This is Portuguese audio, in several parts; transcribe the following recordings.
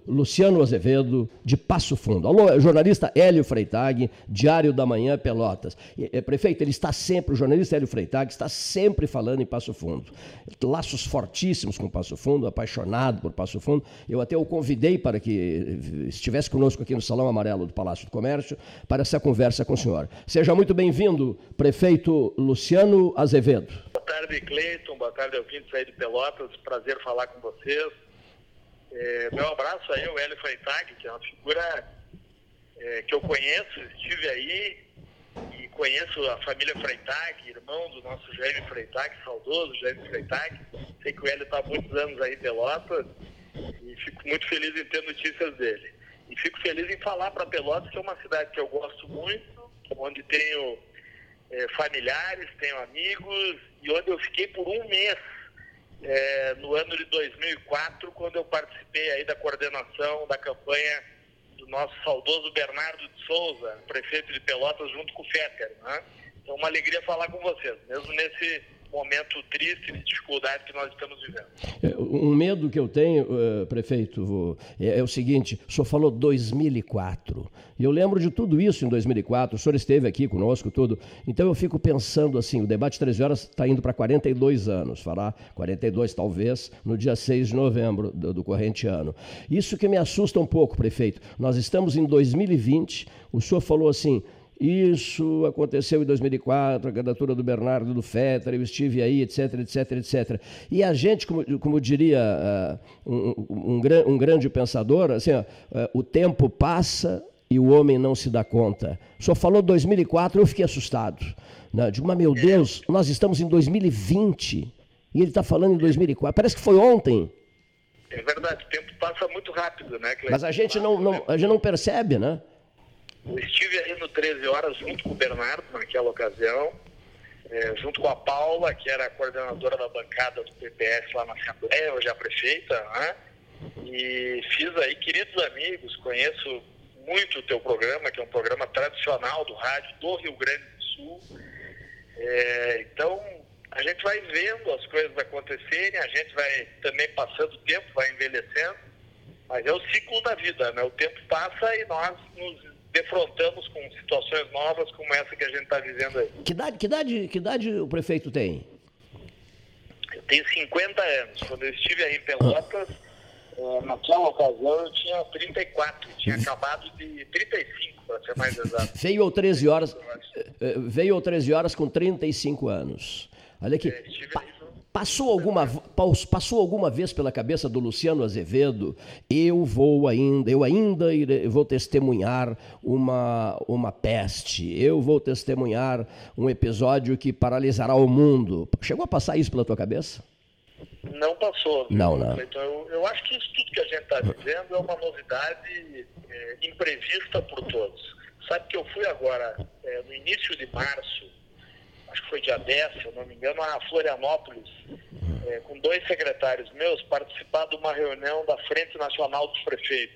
Luciano Azevedo, de Passo Fundo. Alô, jornalista Hélio Freitag, Diário da Manhã, Pelotas. Prefeito, ele está sempre, o jornalista Hélio Freitag está sempre falando em Passo Fundo. Laços fortíssimos com Passo Fundo, apaixonado por Passo Fundo. Eu até o convidei para que estivesse conosco aqui no Salão Amarelo do Palácio do Comércio para essa conversa com o senhor. Seja muito bem-vindo, prefeito Luciano Azevedo. Boa tarde, Cleiton. Boa tarde, ouvintes aí de Pelotas. Prazer falar com vocês. Meu abraço aí ao Hélio Freitag, que é uma figura que eu conheço, estive aí e conheço a família Freitag, irmão do nosso Jaime Freitag, saudoso Jaime Freitag. Sei que o Hélio está há muitos anos aí em Pelotas e fico muito feliz em ter notícias dele. E fico feliz em falar para Pelotas, que é uma cidade que eu gosto muito, onde tenho familiares, tenho amigos e onde eu fiquei por um mês no ano de 2004, quando eu participei aí da coordenação da campanha do nosso saudoso Bernardo de Souza, prefeito de Pelotas, junto com o Fetter, né? Então, uma alegria falar com vocês, mesmo nesse momento triste de dificuldade que nós estamos vivendo. Um medo que eu tenho, prefeito, é o seguinte: o senhor falou 2004, e eu lembro de tudo isso em 2004, o senhor esteve aqui conosco, tudo, então eu fico pensando assim, o debate 13 horas está indo para 42 anos, fará 42 talvez, no dia 6 de novembro do corrente ano. Isso que me assusta um pouco, prefeito. Nós estamos em 2020, o senhor falou assim: isso aconteceu em 2004, a candidatura do Bernardo, do Fetter, eu estive aí, etc, etc, etc. E a gente, como diria um grande pensador, assim, o tempo passa e o homem não se dá conta. O senhor falou 2004, eu fiquei assustado. Né? Digo, mas meu Deus, nós estamos em 2020 e ele está falando em 2004. Parece que foi ontem. É verdade, o tempo passa muito rápido, né, Cleiton? Mas a gente não percebe, né? Eu estive aí no 13 horas junto com o Bernardo naquela ocasião, junto com a Paula, que era a coordenadora da bancada do PPS lá na Assembleia, hoje é a prefeita, né? E fiz aí queridos amigos, conheço muito o teu programa, que é um programa tradicional do rádio do Rio Grande do Sul. Então, a gente vai vendo as coisas acontecerem, a gente vai também passando o tempo, vai envelhecendo, mas é o ciclo da vida, né? O tempo passa e nós nos defrontamos com situações novas como essa que a gente está vivendo aí. Que idade o prefeito tem? Eu tenho 50 anos. Quando eu estive aí em Pelotas, naquela ocasião eu tinha 34, tinha acabado de 35, para ser mais exato. Veio ao 13 horas com 35 anos. Olha aqui. Passou alguma vez pela cabeça do Luciano Azevedo: eu ainda vou testemunhar uma peste, eu vou testemunhar um episódio que paralisará o mundo. Chegou a passar isso pela tua cabeça? Não passou. Não. Então, eu acho que isso tudo que a gente está vivendo é uma novidade imprevista por todos. Sabe que eu fui agora, no início de março, acho que foi dia 10, se eu não me engano, a Florianópolis, com 2 secretários meus, participar de uma reunião da Frente Nacional dos Prefeitos.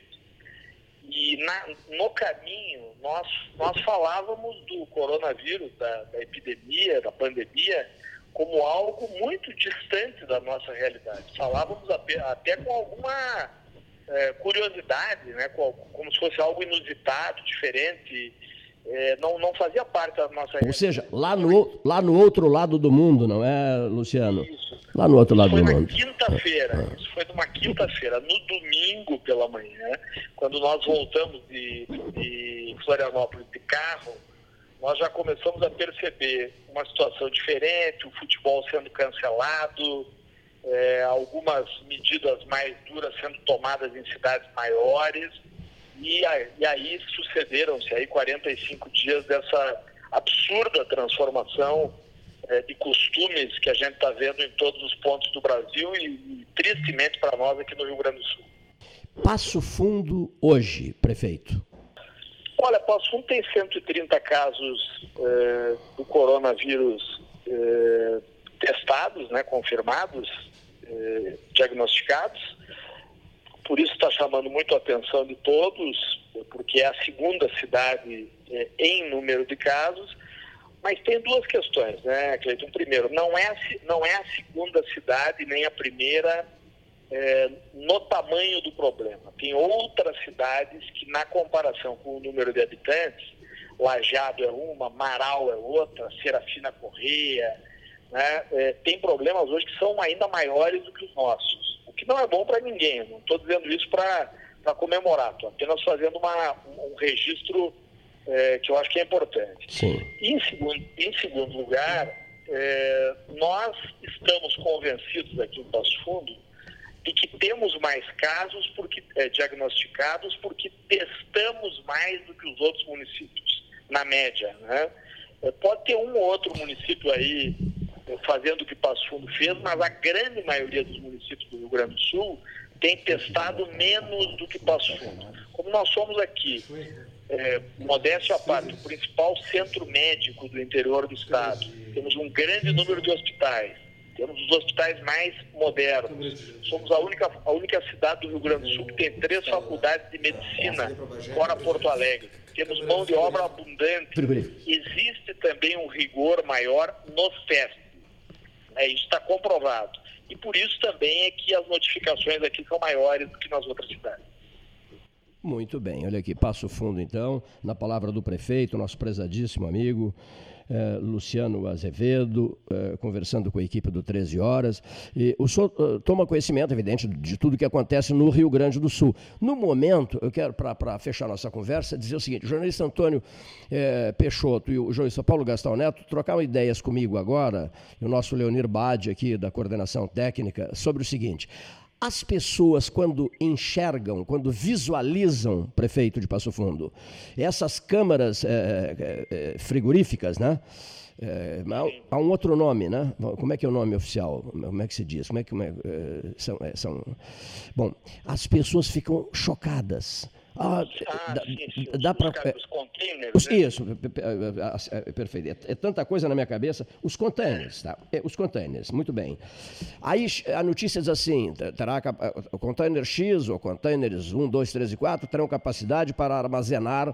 E no caminho, nós falávamos do coronavírus, da epidemia, da pandemia, como algo muito distante da nossa realidade. Falávamos até com alguma curiosidade, né? Como se fosse algo inusitado, diferente. Não fazia parte da nossa realidade. Ou seja, lá no outro lado do mundo, não é, Luciano? Isso. Lá no outro lado do mundo. Isso foi numa quinta-feira. No domingo pela manhã, quando nós voltamos de Florianópolis de carro, nós já começamos a perceber uma situação diferente, o futebol sendo cancelado, algumas medidas mais duras sendo tomadas em cidades maiores. E aí sucederam-se aí 45 dias dessa absurda transformação de costumes que a gente está vendo em todos os pontos do Brasil e tristemente para nós aqui no Rio Grande do Sul. Passo Fundo hoje, prefeito. Olha, Passo Fundo tem 130 casos do coronavírus testados, né, confirmados, diagnosticados. Por isso está chamando muito a atenção de todos, porque é a segunda cidade em número de casos, mas tem duas questões, né, Cleiton? Primeiro, não é a segunda cidade, nem a primeira no tamanho do problema. Tem outras cidades que, na comparação com o número de habitantes, Lajeado é uma, Marau é outra, Serafina Correia, né? Tem problemas hoje que são ainda maiores do que os nossos, o que não é bom para ninguém. Eu não estou dizendo isso para comemorar, estou apenas fazendo um registro que eu acho que é importante. Sim. Em segundo lugar, nós estamos convencidos aqui em Passo Fundo de que temos mais casos diagnosticados porque testamos mais do que os outros municípios, na média, né? Pode ter um ou outro município aí fazendo o que Passo Fundo fez, mas a grande maioria dos municípios do Rio Grande do Sul tem testado menos do que Passo Fundo. Como nós somos aqui, modéstia à parte, o principal centro médico do interior do estado, temos um grande número de hospitais, temos os hospitais mais modernos, somos a única cidade do Rio Grande do Sul que tem 3 faculdades de medicina, fora Porto Alegre. Temos mão de obra abundante. Existe também um rigor maior nos testes. Isso está comprovado. E por isso também é que as notificações aqui são maiores do que nas outras cidades. Muito bem, olha aqui, Passo Fundo então, na palavra do prefeito, nosso prezadíssimo amigo Luciano Azevedo, conversando com a equipe do 13 Horas. E o senhor toma conhecimento, evidente, de tudo que acontece no Rio Grande do Sul. No momento, eu quero, para fechar nossa conversa, dizer o seguinte: o jornalista Antônio Peixoto e o jornalista Paulo Gastão Neto trocaram ideias comigo agora, e o nosso Leonir Bade, aqui da coordenação técnica, sobre o seguinte: as pessoas, quando enxergam, quando visualizam, prefeito de Passo Fundo, essas câmaras frigoríficas, né? Há um outro nome, né? Como é que é o nome oficial? Como é que se diz? Bom, as pessoas ficam chocadas. Dá para os containers, né? Isso, perfeito. É tanta coisa na minha cabeça. Os containers, tá? Os containers, muito bem. Aí a notícia diz assim: o container X ou containers 1, 2, 3 e 4 terão capacidade para armazenar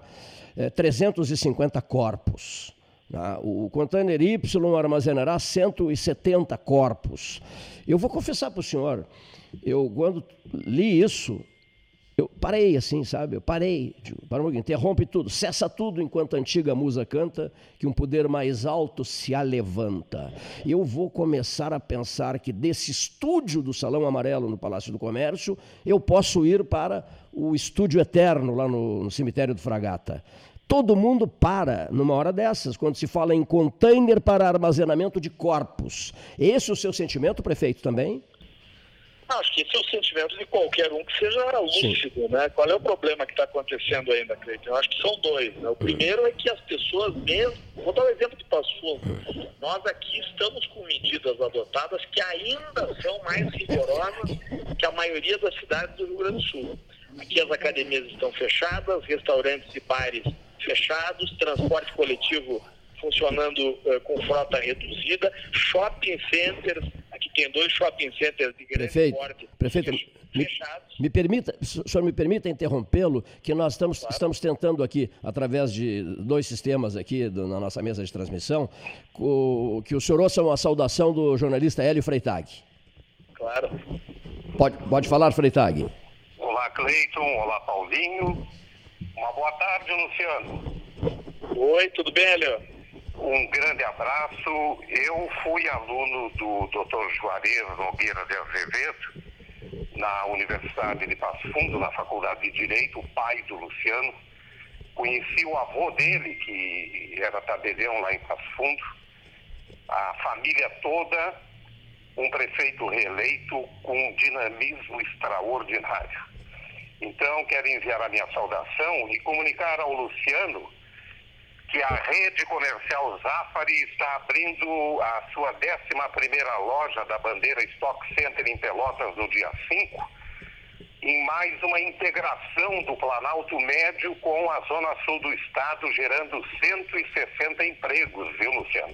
350 corpos. O container Y armazenará 170 corpos. Eu vou confessar para o senhor, quando li isso, eu parei assim, sabe? Eu parei, interrompe tudo, cessa tudo enquanto a antiga musa canta, que um poder mais alto se alevanta. Eu vou começar a pensar que desse estúdio do Salão Amarelo no Palácio do Comércio, eu posso ir para o estúdio eterno lá no cemitério do Fragata. Todo mundo para numa hora dessas, quando se fala em container para armazenamento de corpos. Esse é o seu sentimento, prefeito, também? Acho que esse é o sentimento de qualquer um que seja lúcido, né? Qual é o problema que está acontecendo ainda, Cleiton? Eu acho que são dois, né? O primeiro é que as pessoas mesmo... Vou dar um exemplo de Passo Fundo. Nós aqui estamos com medidas adotadas que ainda são mais rigorosas que a maioria das cidades do Rio Grande do Sul. Aqui as academias estão fechadas, restaurantes e bares fechados, transporte coletivo funcionando com frota reduzida, shopping centers, aqui tem 2 shopping centers de grande porte fechados. O senhor me permita interrompê-lo, que nós estamos tentando aqui, através de 2 sistemas aqui na nossa mesa de transmissão, que o senhor ouça uma saudação do jornalista Hélio Freitag. Claro. Pode falar, Freitag. Olá, Cleiton. Olá, Paulinho. Uma boa tarde, Luciano. Oi, tudo bem, Hélio? Um grande abraço. Eu fui aluno do Dr. Juarez Nogueira de Azevedo, na Universidade de Passo Fundo, na Faculdade de Direito, o pai do Luciano. Conheci o avô dele, que era tabelião lá em Passo Fundo. A família toda, um prefeito reeleito com um dinamismo extraordinário. Então, quero enviar a minha saudação e comunicar ao Luciano que a rede comercial Zafari está abrindo a sua 11ª loja da Bandeira Stock Center em Pelotas no dia 5, em mais uma integração do Planalto Médio com a Zona Sul do Estado, gerando 160 empregos, viu, Luciano?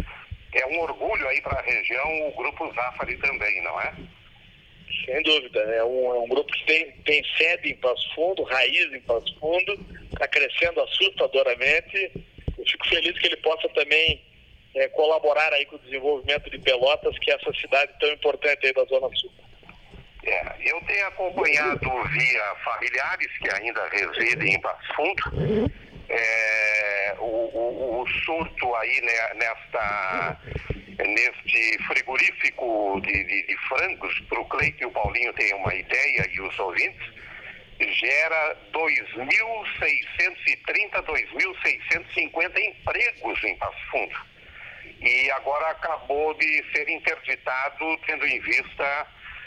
É um orgulho aí para a região, o Grupo Zafari também, não é? Sem dúvida, é um grupo que tem sede em Passo Fundo, raiz em Passo Fundo, está crescendo assustadoramente. Eu fico feliz que ele possa também colaborar aí com o desenvolvimento de Pelotas, que é essa cidade tão importante aí da Zona Sul. Eu tenho acompanhado via familiares que ainda residem em Passo Fundo, o surto aí neste frigorífico de frangos, para o Cleito e o Paulinho terem uma ideia e os ouvintes, gera 2.630, 2.650 empregos em Passo Fundo. E agora acabou de ser interditado, tendo em vista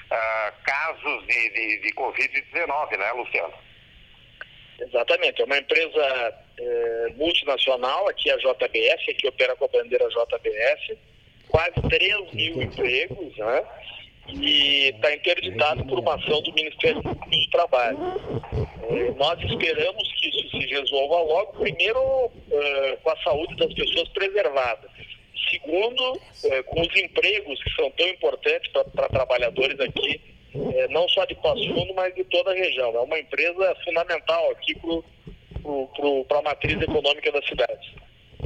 casos de Covid-19, né, Luciano? Exatamente, é uma empresa multinacional, aqui a JBS, que opera com a bandeira JBS, quase 3 mil empregos, né? E está interditado por uma ação do Ministério Público do Trabalho. Nós esperamos que isso se resolva logo, primeiro com a saúde das pessoas preservada. Segundo, com os empregos que são tão importantes para trabalhadores aqui, não só de Passo Fundo, mas de toda a região. É uma empresa fundamental aqui para a matriz econômica da cidade.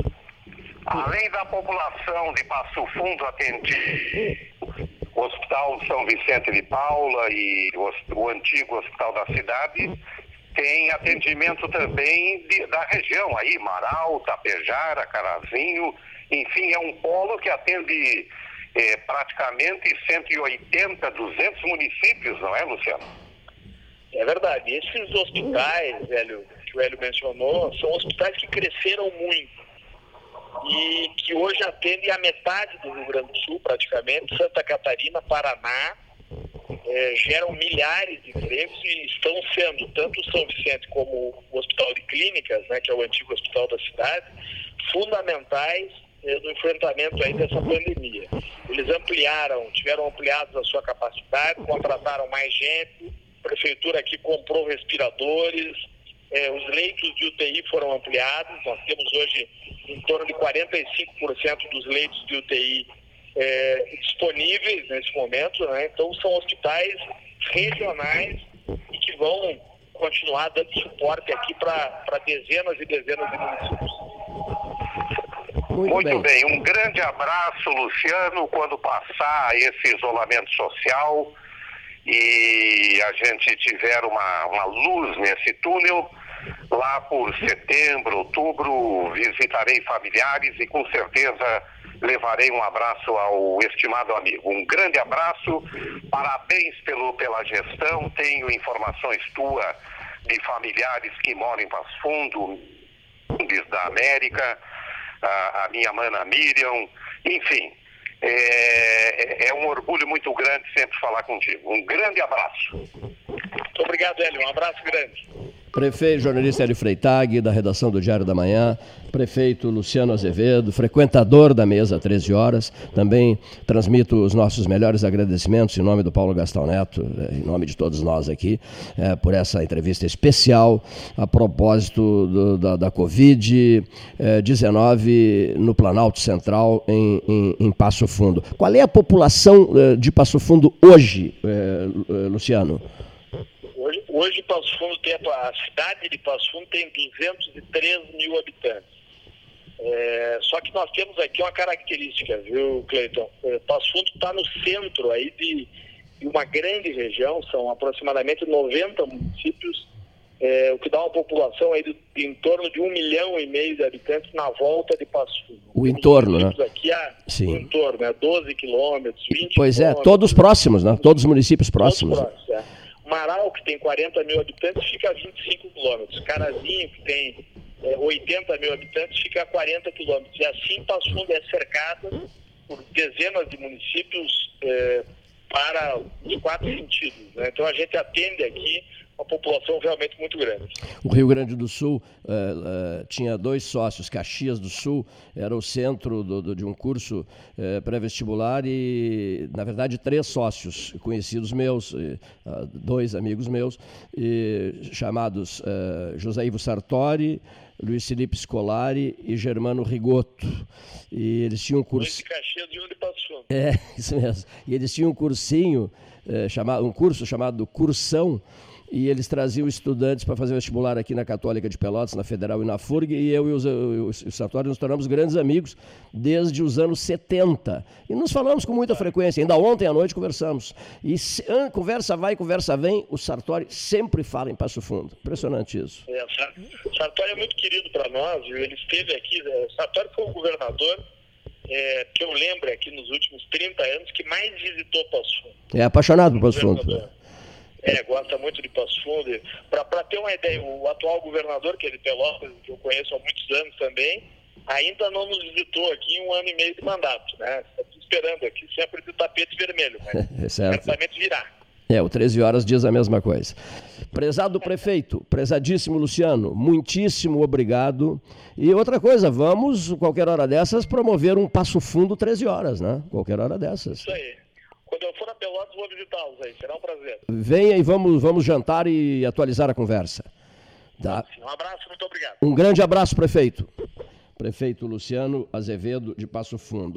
Além da população de Passo Fundo atendida, o Hospital São Vicente de Paula e o antigo Hospital da Cidade tem atendimento também da região aí, Marau, Tapejara, Carazinho, enfim, é um polo que atende praticamente 180, 200 municípios, não é, Luciano? É verdade. Esses hospitais, que o Hélio mencionou, são hospitais que cresceram muito e que hoje atendem a metade do Rio Grande do Sul, praticamente, Santa Catarina, Paraná, geram milhares de empregos e estão sendo, tanto o São Vicente como o Hospital de Clínicas, né, que é o antigo Hospital da Cidade, fundamentais no enfrentamento aí dessa pandemia. Eles tiveram ampliados a sua capacidade, contrataram mais gente, a prefeitura aqui comprou respiradores, os leitos de UTI foram ampliados, nós temos hoje em torno de 45% dos leitos de UTI disponíveis nesse momento, né? Então são hospitais regionais e que vão continuar dando suporte aqui para dezenas e dezenas de municípios. Muito bem, um grande abraço, Luciano, quando passar esse isolamento social e a gente tiver uma luz nesse túnel, lá por setembro, outubro, visitarei familiares e com certeza levarei um abraço ao estimado amigo. Um grande abraço, parabéns pela gestão, tenho informações tuas de familiares que moram em Passo Fundo, da América, a minha mana Miriam, enfim, é um orgulho muito grande sempre falar contigo. Um grande abraço. Muito obrigado, Hélio. Um abraço grande. Prefeito, jornalista Hélio Freitag, da redação do Diário da Manhã, prefeito Luciano Azevedo, frequentador da mesa 13 horas, também transmito os nossos melhores agradecimentos em nome do Paulo Gastão Neto, em nome de todos nós aqui, por essa entrevista especial a propósito da Covid-19 no Planalto Central, em Passo Fundo. Qual é a população de Passo Fundo hoje, Luciano? Hoje Passo Fundo a cidade de Passo Fundo tem 203 mil habitantes. Só que nós temos aqui uma característica, viu, Cleiton? Passo Fundo está no centro aí de uma grande região, são aproximadamente 90 municípios, o que dá uma população aí de em torno de 1,5 milhão de habitantes na volta de Passo Fundo. O entorno, né? Aqui o entorno, 12 quilômetros, 20 Pois quilômetros. Todos próximos, né? Todos os municípios próximos. Todos próximos, Marau, que tem 40 mil habitantes, fica a 25 quilômetros. Carazinho, que tem 80 mil habitantes, fica a 40 quilômetros. E assim Passo Fundo é cercado por dezenas de municípios para os 4 sentidos, né? Então a gente atende aqui uma população realmente muito grande. O Rio Grande do Sul tinha 2 sócios. Caxias do Sul era o centro de um curso pré-vestibular e, na verdade, 3 sócios conhecidos meus, 2 amigos meus, chamados José Ivo Sartori, Luiz Felipe Scolari e Germano Rigoto. E eles tinham um curso... 2 de Caxias e 1 de Passo Fundo. Isso mesmo. E eles tinham um curso chamado Cursão, e eles traziam estudantes para fazer vestibular aqui na Católica de Pelotas, na Federal e na FURG, e eu e o Sartori nos tornamos grandes amigos desde os anos 70. E nos falamos com muita frequência, ainda ontem à noite conversamos. E conversa vai, conversa vem, o Sartori sempre fala em Passo Fundo. Impressionante isso. O Sartori é muito querido para nós, viu? Ele esteve aqui, o Sartori foi o governador que eu lembro aqui nos últimos 30 anos que mais visitou Passo Fundo. É apaixonado por Passo Fundo. Gosta muito de Passo Fundo. Para ter uma ideia, o atual governador, que é de Pelotas, que eu conheço há muitos anos também, ainda não nos visitou aqui em 1 ano e meio de mandato, né? Estamos esperando aqui sempre de tapete vermelho, mas certamente virá. O 13 horas diz a mesma coisa. Prezado prefeito, prezadíssimo Luciano, muitíssimo obrigado. E outra coisa, vamos, qualquer hora dessas, promover um Passo Fundo 13 horas, né? Qualquer hora dessas. Isso aí. Quando eu for a Pelotas, vou visitá-los aí. Será um prazer. Venha e vamos jantar e atualizar a conversa. Tá? Um abraço, muito obrigado. Um grande abraço, prefeito. Prefeito Luciano Azevedo, de Passo Fundo.